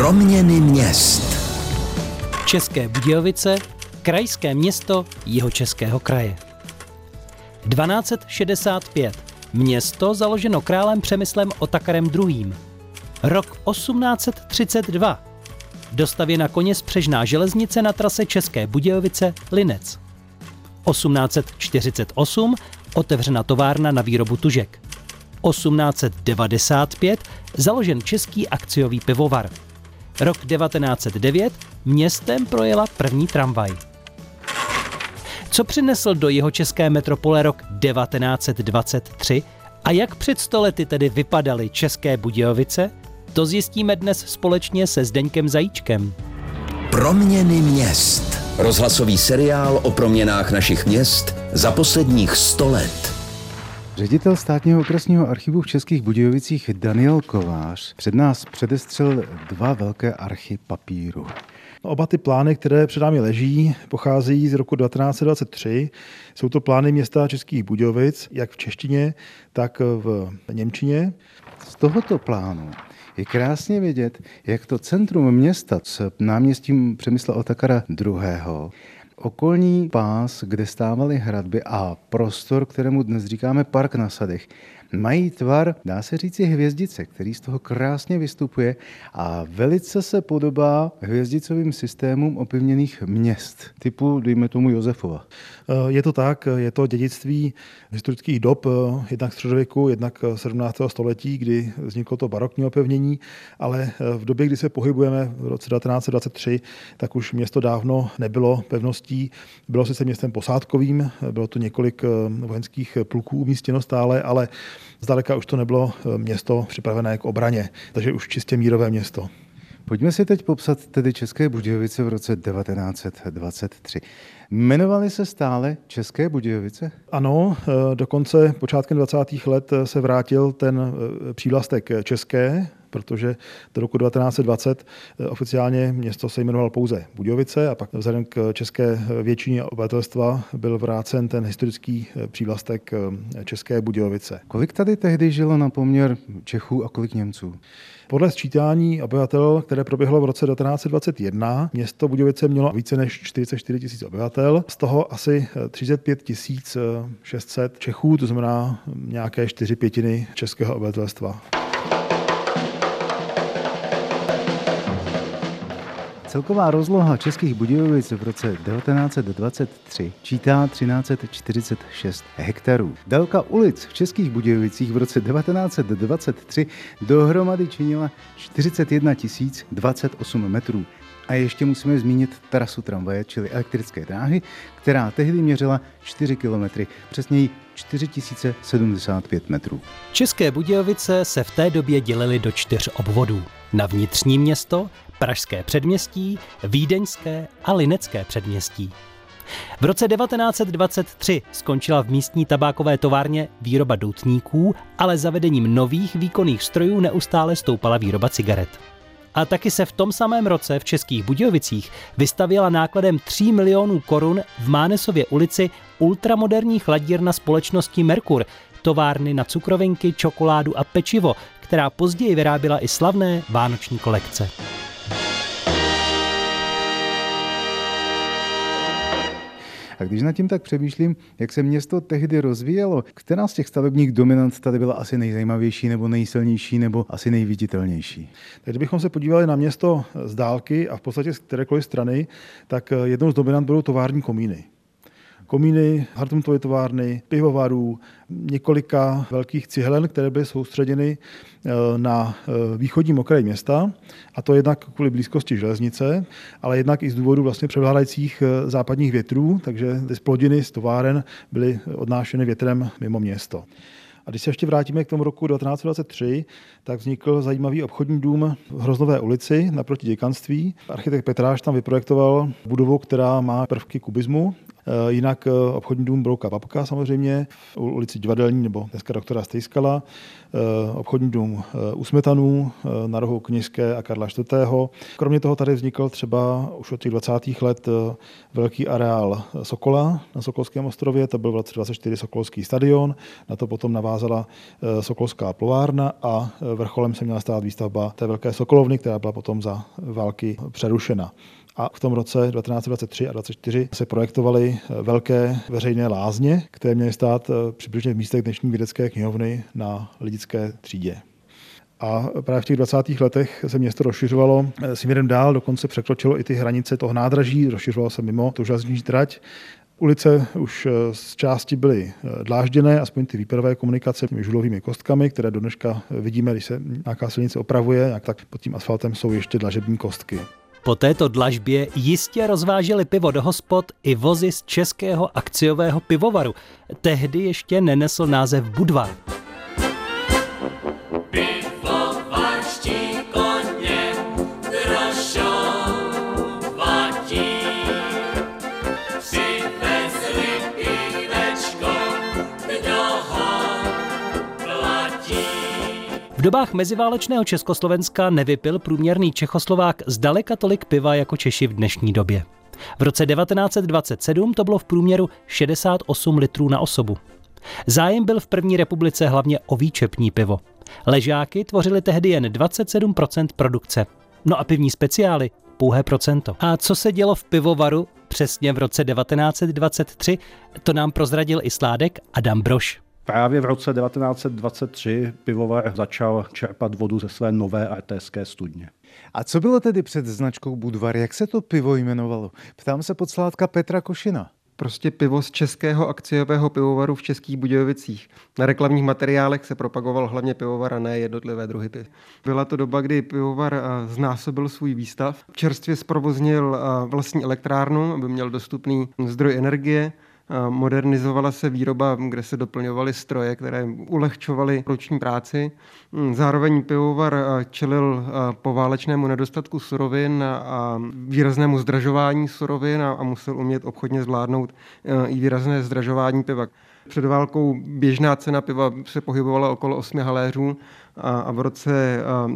Proměny měst. České Budějovice, krajské město Jihočeského kraje. 1265. Město založeno králem Přemyslem Otakarem II. Rok 1832. Dostavěna koně spřežná železnice na trase České Budějovice-Linec. 1848. Otevřena továrna na výrobu tužek. 1895. Založen Český akciový pivovar. Rok 1909. Městem projela první tramvaj. Co přinesl do jihočeské metropole rok 1923 a jak před 100 lety tedy vypadaly České Budějovice, to zjistíme dnes společně se Zdeňkem Zajíčkem. Proměny měst. Rozhlasový seriál o proměnách našich měst za posledních 100 let. Ředitel Státního okresního archivu v Českých Budějovicích Daniel Kovář před nás předestřel 2 velké archy papíru. Oba ty plány, které před námi leží, pocházejí z roku 1923. Jsou to plány města Českých Budějovic, jak v češtině, tak v němčině. Z tohoto plánu je krásně vidět, jak to centrum města s náměstím Přemysla Otakara II., okolní pás, kde stávaly hradby a prostor, kterému dnes říkáme Park na Sadech, mají tvar, dá se říci, hvězdice, který z toho krásně vystupuje a velice se podobá hvězdicovým systémům opevněných měst, typu, dejme tomu, Josefova. Je to tak, je to dědictví historických dob, jednak středověku, jednak 17. století, kdy vzniklo to barokní opevnění, ale v době, kdy se pohybujeme v roce 1923, tak už město dávno nebylo pevností. Bylo sice městem posádkovým, bylo to několik vojenských pluků umístěno stále, ale zdaleka už to nebylo město připravené k obraně, takže už čistě mírové město. Pojďme si teď popsat tedy České Budějovice v roce 1923. Jmenovaly se stále České Budějovice? Ano, dokonce počátkem 20. let se vrátil ten přívlastek České, protože do roku 1920 oficiálně město se jmenovalo pouze Budějovice a pak vzhledem k české většině obyvatelstva byl vrácen ten historický přívlastek České Budějovice. Kolik tady tehdy žilo na poměr Čechů a kolik Němců? Podle sčítání obyvatel, které proběhlo v roce 1921, město Budějovice mělo více než 44 000 obyvatel, z toho asi 35 600 Čechů, to znamená nějaké 4/5 českého obyvatelstva. Celková rozloha Českých Budějovic v roce 1923 čítá 1346 hektarů. Délka ulic v Českých Budějovicích v roce 1923 dohromady činila 41 028 metrů. A ještě musíme zmínit trasu tramvaje, čili elektrické dráhy, která tehdy měřila 4 kilometry, přesněji 4075 metrů. České Budějovice se v té době dělily do 4 obvodů. Na vnitřní město, Pražské předměstí, Vídeňské a Linecké předměstí. V roce 1923 skončila v místní tabákové továrně výroba doutníků, ale zavedením nových výkonných strojů neustále stoupala výroba cigaret. A taky se v tom samém roce v Českých Budějovicích vystavěla nákladem 3 milionů korun v Mánesově ulici ultramoderní chladírna společnosti Merkur, továrny na cukrovinky, čokoládu a pečivo, která později vyráběla i slavné vánoční kolekce. A když nad tím tak přemýšlím, jak se město tehdy rozvíjelo, která z těch stavebních dominant tady byla asi nejzajímavější nebo nejsilnější nebo asi nejviditelnější? Tak kdybychom se podívali na město z dálky a v podstatě z kterékoliv strany, tak jednou z dominant budou tovární komíny. Komíny, Hartmutovy továrny, pivovarů, několika velkých cihelen, které byly soustředěny na východním okraji města, a to jednak kvůli blízkosti železnice, ale jednak i z důvodu vlastně převládajících západních větrů, takže ty zplodiny z továren byly odnášeny větrem mimo město. A když se ještě vrátíme k tomu roku 1923, tak vznikl zajímavý obchodní dům v Hroznové ulici naproti děkanství. Architekt Petráš tam vyprojektoval budovu, která má prvky kubismu Jinak obchodní dům Brouka Babka samozřejmě, u ulici Divadelní nebo dneska doktora Stejskala, obchodní dům u Smetanů na rohu Kněžské a Karla IV. Kromě toho tady vznikl třeba už od těch 20. let velký areál Sokola na Sokolském ostrově, to byl v roce 24 Sokolský stadion, na to potom navázala Sokolská plovárna a vrcholem se měla stát výstavba té velké Sokolovny, která byla potom za války přerušena. A v tom roce 1923 a 1924 se projektovaly velké veřejné lázně, které měly stát přibližně v místech dnešní vědecké knihovny na Lidické třídě. A právě v těch 20. letech se město rozšiřovalo směrem dál, dokonce překročilo i ty hranice toho nádraží, rozšiřovalo se mimo tu železniční trať. Ulice už z části byly dlážděné, aspoň ty výperové komunikace těmi žulovými kostkami, které do dneška vidíme, když se nějaká silnice opravuje, tak pod tím asfaltem jsou ještě dlažební kostky. Po této dlažbě jistě rozváželi pivo do hospod i vozy z Českého akciového pivovaru. Tehdy ještě nenesl název Budvar. V dobách meziválečného Československa nevypil průměrný Čechoslovák zdaleka tolik piva jako Češi v dnešní době. V roce 1927 to bylo v průměru 68 litrů na osobu. Zájem byl v první republice hlavně o výčepní pivo. Ležáky tvořily tehdy jen 27% produkce. No a pivní speciály pouhé procento. A co se dělo v pivovaru přesně v roce 1923, to nám prozradil i sládek Adam Brož. Právě v roce 1923 pivovar začal čerpat vodu ze své nové artéské studně. A co bylo tedy před značkou Budvar? Jak se to pivo jmenovalo? Ptám se podsládka Petra Košina. Prostě pivo z Českého akciového pivovaru v Českých Budějovicích. Na reklamních materiálech se propagoval hlavně pivovar a ne jednotlivé druhy piv. Byla to doba, kdy pivovar znásobil svůj výstav. Čerstvě zprovoznil vlastní elektrárnu, aby měl dostupný zdroj energie. Modernizovala se výroba, kde se doplňovaly stroje, které ulehčovaly roční práci. Zároveň pivovar čelil poválečnému nedostatku surovin a výraznému zdražování surovin a musel umět obchodně zvládnout i výrazné zdražování piva. Před válkou běžná cena piva se pohybovala okolo 8 haléřů a v roce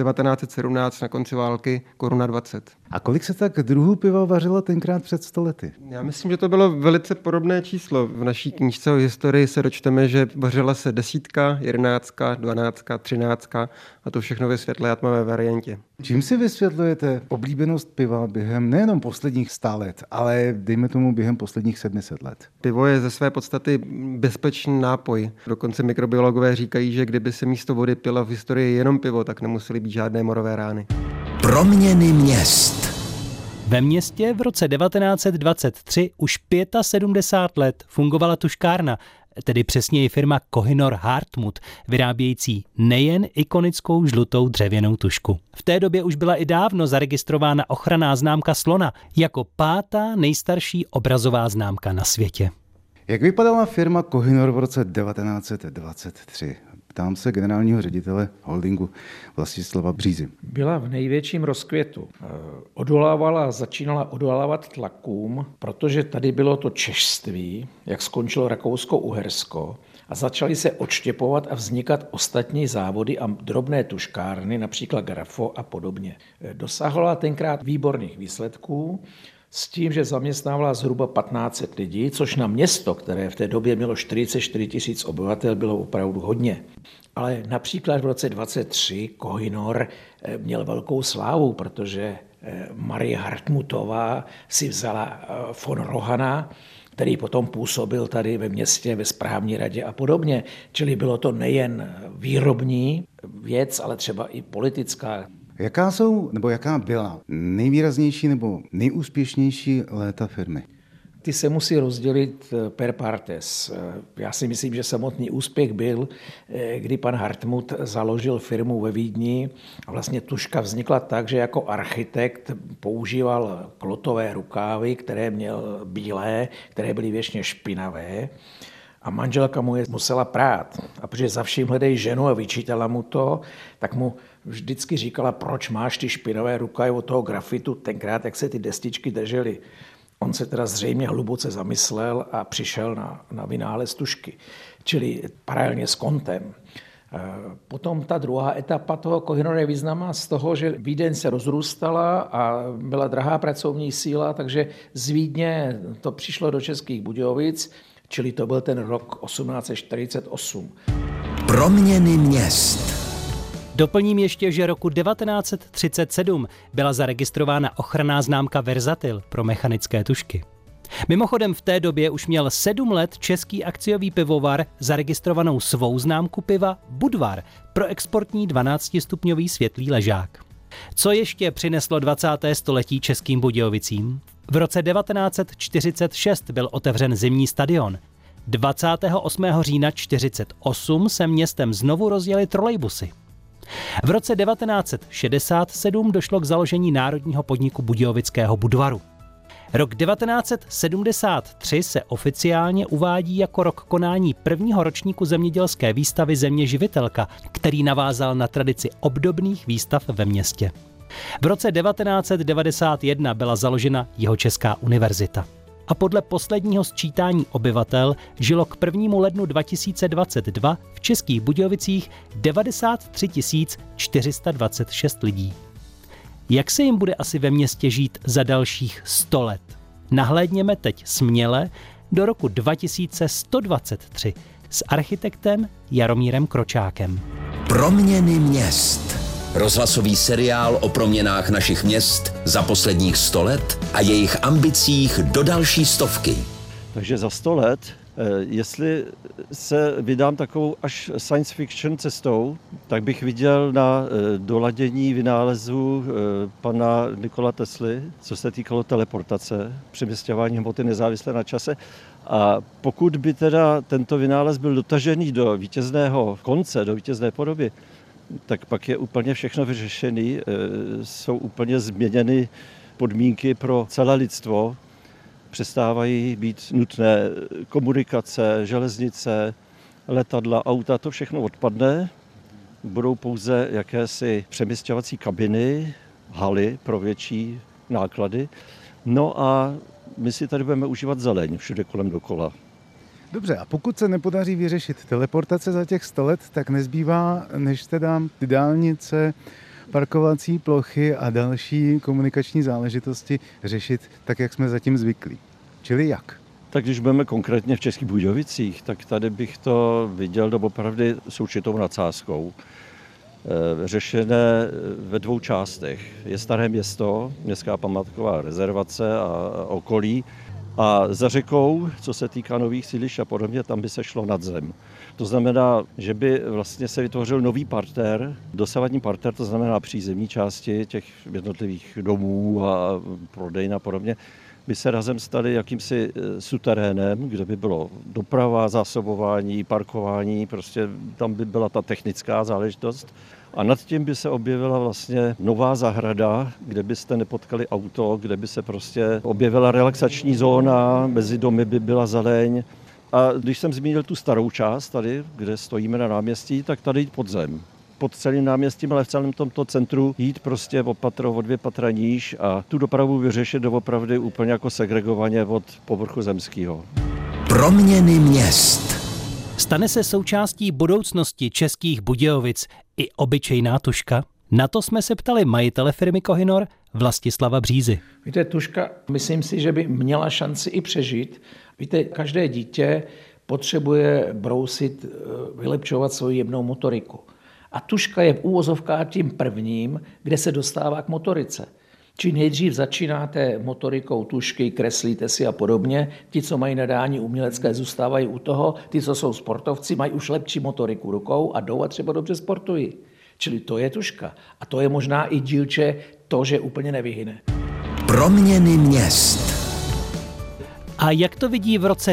1917 na konci války koruna 20. A kolik se tak druhů piva vařilo tenkrát před 100 lety? Já myslím, že to bylo velice podobné číslo. V naší knížce o historii se dočteme, že vařila se 10, 11, 12, 13 a to všechno ve světlé a tmavé variantě. Čím si vysvětlujete oblíbenost piva během nejenom posledních 100 let, ale dejme tomu během posledních 700 let? Pivo je ze své podstaty bezpečný nápoj. Dokonce mikrobiologové říkají, že kdyby se místo vody pila v historii jenom pivo, tak nemusely být žádné morové rány. Proměny měst. Ve městě v roce 1923 už 75 let fungovala tuškárna, tedy přesněji firma Kohinor Hartmut, vyrábějící nejen ikonickou žlutou dřevěnou tužku. V té době už byla i dávno zaregistrována ochranná známka slona jako 5. nejstarší obrazová známka na světě. Jak vypadala firma Kohinor v roce 1923? Ptám se generálního ředitele holdingu Vlastislava Břízy. Byla v největším rozkvětu. Začínala odolávat tlakům, protože tady bylo to češství, jak skončilo Rakousko-Uhersko, a začaly se odštěpovat a vznikat ostatní závody a drobné tuškárny, například Grafo a podobně. Dosahovala tenkrát výborných výsledků, s tím, že zaměstnávala zhruba 1500 lidí, což na město, které v té době mělo 44 000 obyvatel, bylo opravdu hodně. Ale například v roce 23 Kohinor měl velkou slávu, protože Marie Hartmutová si vzala von Rohana, který potom působil tady ve městě, ve správní radě a podobně. Čili bylo to nejen výrobní věc, ale třeba i politická. Jaká byla nejvýraznější nebo nejúspěšnější léta firmy? Ty se musí rozdělit per partes. Já si myslím, že samotný úspěch byl, kdy pan Hartmut založil firmu ve Vídni a vlastně tužka vznikla tak, že jako architekt používal klotové rukávy, které měl bílé, které byly věčně špinavé. A manželka mu je musela prát. A protože za vším hledej ženu a vyčítala mu to, tak mu vždycky říkala, proč máš ty špinavé rukávy od toho grafitu tenkrát, jak se ty destičky držely. On se teda zřejmě hluboce zamyslel a přišel na vynález tužky, čili paralelně s kontem. Potom ta druhá etapa toho Kohynorovy význama z toho, že Vídeň se rozrůstala a byla drahá pracovní síla, takže z Vídně to přišlo do Českých Budějovic, čili to byl ten rok 1848. Proměny měst. Doplním ještě, že roku 1937 byla zaregistrována ochranná známka Versatil pro mechanické tužky. Mimochodem v té době už měl 7 let český akciový pivovar zaregistrovanou svou známku piva Budvar pro exportní 12stupňový světlý ležák. Co ještě přineslo 20. století Českým Budějovicím? V roce 1946 byl otevřen zimní stadion. 28. října 1948 se městem znovu rozjeli trolejbusy. V roce 1967 došlo k založení národního podniku Budějovického Budvaru. Rok 1973 se oficiálně uvádí jako rok konání prvního ročníku zemědělské výstavy Země živitelka, který navázal na tradici obdobných výstav ve městě. V roce 1991 byla založena Jihočeská univerzita. A podle posledního sčítání obyvatel žilo k 1. lednu 2022 v Českých Budějovicích 93 426 lidí. Jak se jim bude asi ve městě žít za dalších 100 let? Nahlédněme teď směle do roku 2123 s architektem Jaromírem Kročákem. Proměny měst. Rozhlasový seriál o proměnách našich měst za posledních 100 let a jejich ambicích do další stovky. Takže za 100 let, jestli se vydám takovou až science fiction cestou, tak bych viděl na doladění vynálezu pana Nikola Tesly, co se týkalo teleportace, přeměstňování hmoty nezávisle na čase. A pokud by teda tento vynález byl dotažený do vítězného konce, do vítězné podoby, tak pak je úplně všechno vyřešené, jsou úplně změněny podmínky pro celé lidstvo, přestávají být nutné komunikace, železnice, letadla, auta, to všechno odpadne, budou pouze jakési přemisťovací kabiny, haly pro větší náklady, no a my si tady budeme užívat zeleň všude kolem dokola. Dobře, a pokud se nepodaří vyřešit teleportace za těch 100 let, tak nezbývá, než teda ty dálnice, parkovací plochy a další komunikační záležitosti řešit tak, jak jsme zatím zvyklí. Čili jak? Tak když budeme konkrétně v Českých Budějovicích, tak tady bych to viděl doopravdy s určitou nadsázkou. Řešené ve 2 částech. Je Staré Město, městská památková rezervace a okolí. A za řekou, co se týká nových sídlišť a podobně, tam by se šlo nad zem. To znamená, že by vlastně se vytvořil nový parter, dosavadní parter, to znamená přízemní části těch jednotlivých domů a prodejn a podobně, by se razem staly jakýmsi suterénem, kde by bylo doprava, zásobování, parkování, prostě tam by byla ta technická záležitost. A nad tím by se objevila vlastně nová zahrada, kde byste nepotkali auto, kde by se prostě objevila relaxační zóna, mezi domy by byla zeleň. A když jsem zmínil tu starou část tady, kde stojíme na náměstí, tak tady jít pod zem. Pod celým náměstím, ale v celém tomto centru jít prostě o 2 patra níž a tu dopravu vyřešit doopravdy úplně jako segregovaně od povrchu zemského. Proměny měst. Stane se součástí budoucnosti Českých Budějovic i obyčejná tužka? Na to jsme se ptali majitele firmy Kohynor Vlastislava Břízy. Víte, tužka, myslím si, že by měla šanci i přežít. Víte, každé dítě potřebuje brousit, vylepšovat svou jemnou motoriku. A tužka je v úvozovkách tím prvním, kde se dostává k motorice. Či nejdřív začínáte motorikou tužky, kreslíte si a podobně. Ti, co mají nadání umělecké, zůstávají u toho. Ty, co jsou sportovci, mají už lepší motoriku rukou a jdou a třeba dobře sportují. Čili to je tužka. A to je možná i dílče to, že úplně nevyhyne. Proměny měst. A jak to vidí v roce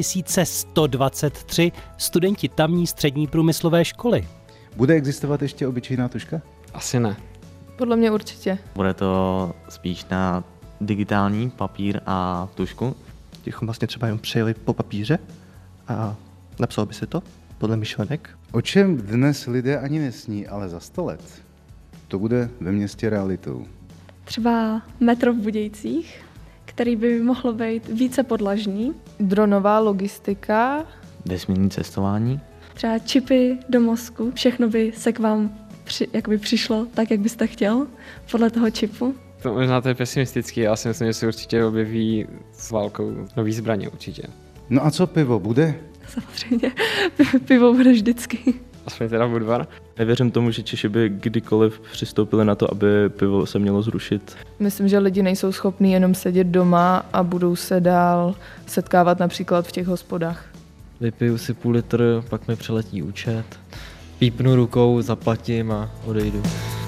2123 studenti tamní střední průmyslové školy? Bude existovat ještě obyčejná tužka? Asi ne. Podle mě určitě. Bude to spíš na digitální papír a tužku. Bychom vlastně třeba jenom přejeli po papíře a napsalo by se to podle myšlenek. O čem dnes lidé ani nesní, ale za 100 let to bude ve městě realitou. Třeba metro v Budějcích, který by mohlo být více podlažní. Dronová logistika. Vesmírné cestování. Třeba čipy do mozku, všechno by se k vám přišlo tak, jak byste chtěl, podle toho čipu. To možná to je pesimistický, já si myslím, že se určitě objeví s válkou nový zbraně určitě. No a co pivo bude? Samozřejmě, pivo bude vždycky. Aspoň teda Budvar. Nevěřím tomu, že Češi by kdykoliv přistoupili na to, aby pivo se mělo zrušit. Myslím, že lidi nejsou schopní jenom sedět doma a budou se dál setkávat například v těch hospodách. Vypiju si půl litr, pak mi přeletí účet, pípnu rukou, zaplatím a odejdu.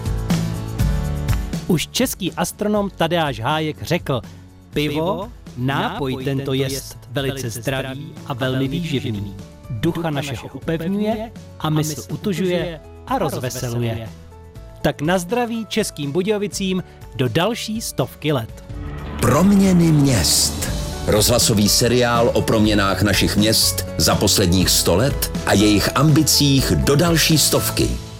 Už český astronom Tadeáš Hájek řekl, pivo, nápoj tento jest velice zdravý a velmi výživný. Ducha našeho upevňuje a mysl utužuje a rozveseluje. Tak na zdraví Českým Budějovicím do další 100 let. Proměny měst. Rozhlasový seriál o proměnách našich měst za posledních 100 let a jejich ambicích do další 100.